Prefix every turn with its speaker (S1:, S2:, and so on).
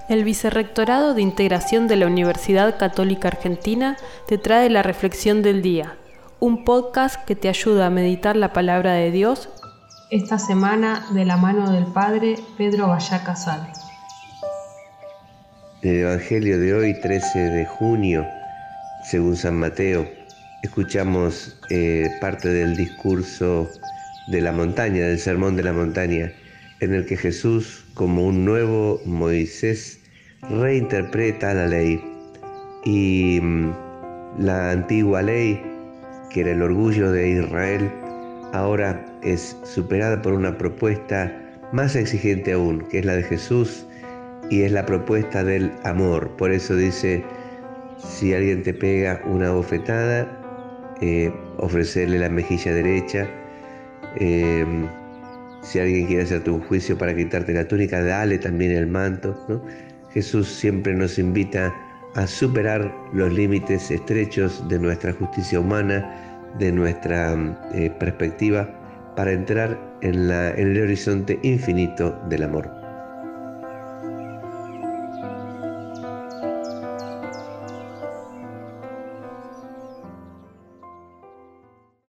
S1: El Vicerrectorado de Integración de la Universidad Católica Argentina te trae la Reflexión del Día, un podcast que te ayuda a meditar la palabra de Dios esta semana de la mano del Padre Pedro Gallá Casal.
S2: En el Evangelio de hoy, 13 de junio, según San Mateo, escuchamos parte del discurso de la montaña, del Sermón de la Montaña, en el que Jesús, como un nuevo Moisés, reinterpreta la ley. Y la antigua ley, que era el orgullo de Israel, ahora es superada por una propuesta más exigente aún, que es la de Jesús, y es la propuesta del amor. Por eso dice: si alguien te pega una bofetada, ofrecerle la mejilla derecha. Si alguien quiere hacerte un juicio para quitarte la túnica, dale también el manto, ¿no? Jesús siempre nos invita a superar los límites estrechos de nuestra justicia humana, de nuestra perspectiva, para entrar en el horizonte infinito del amor.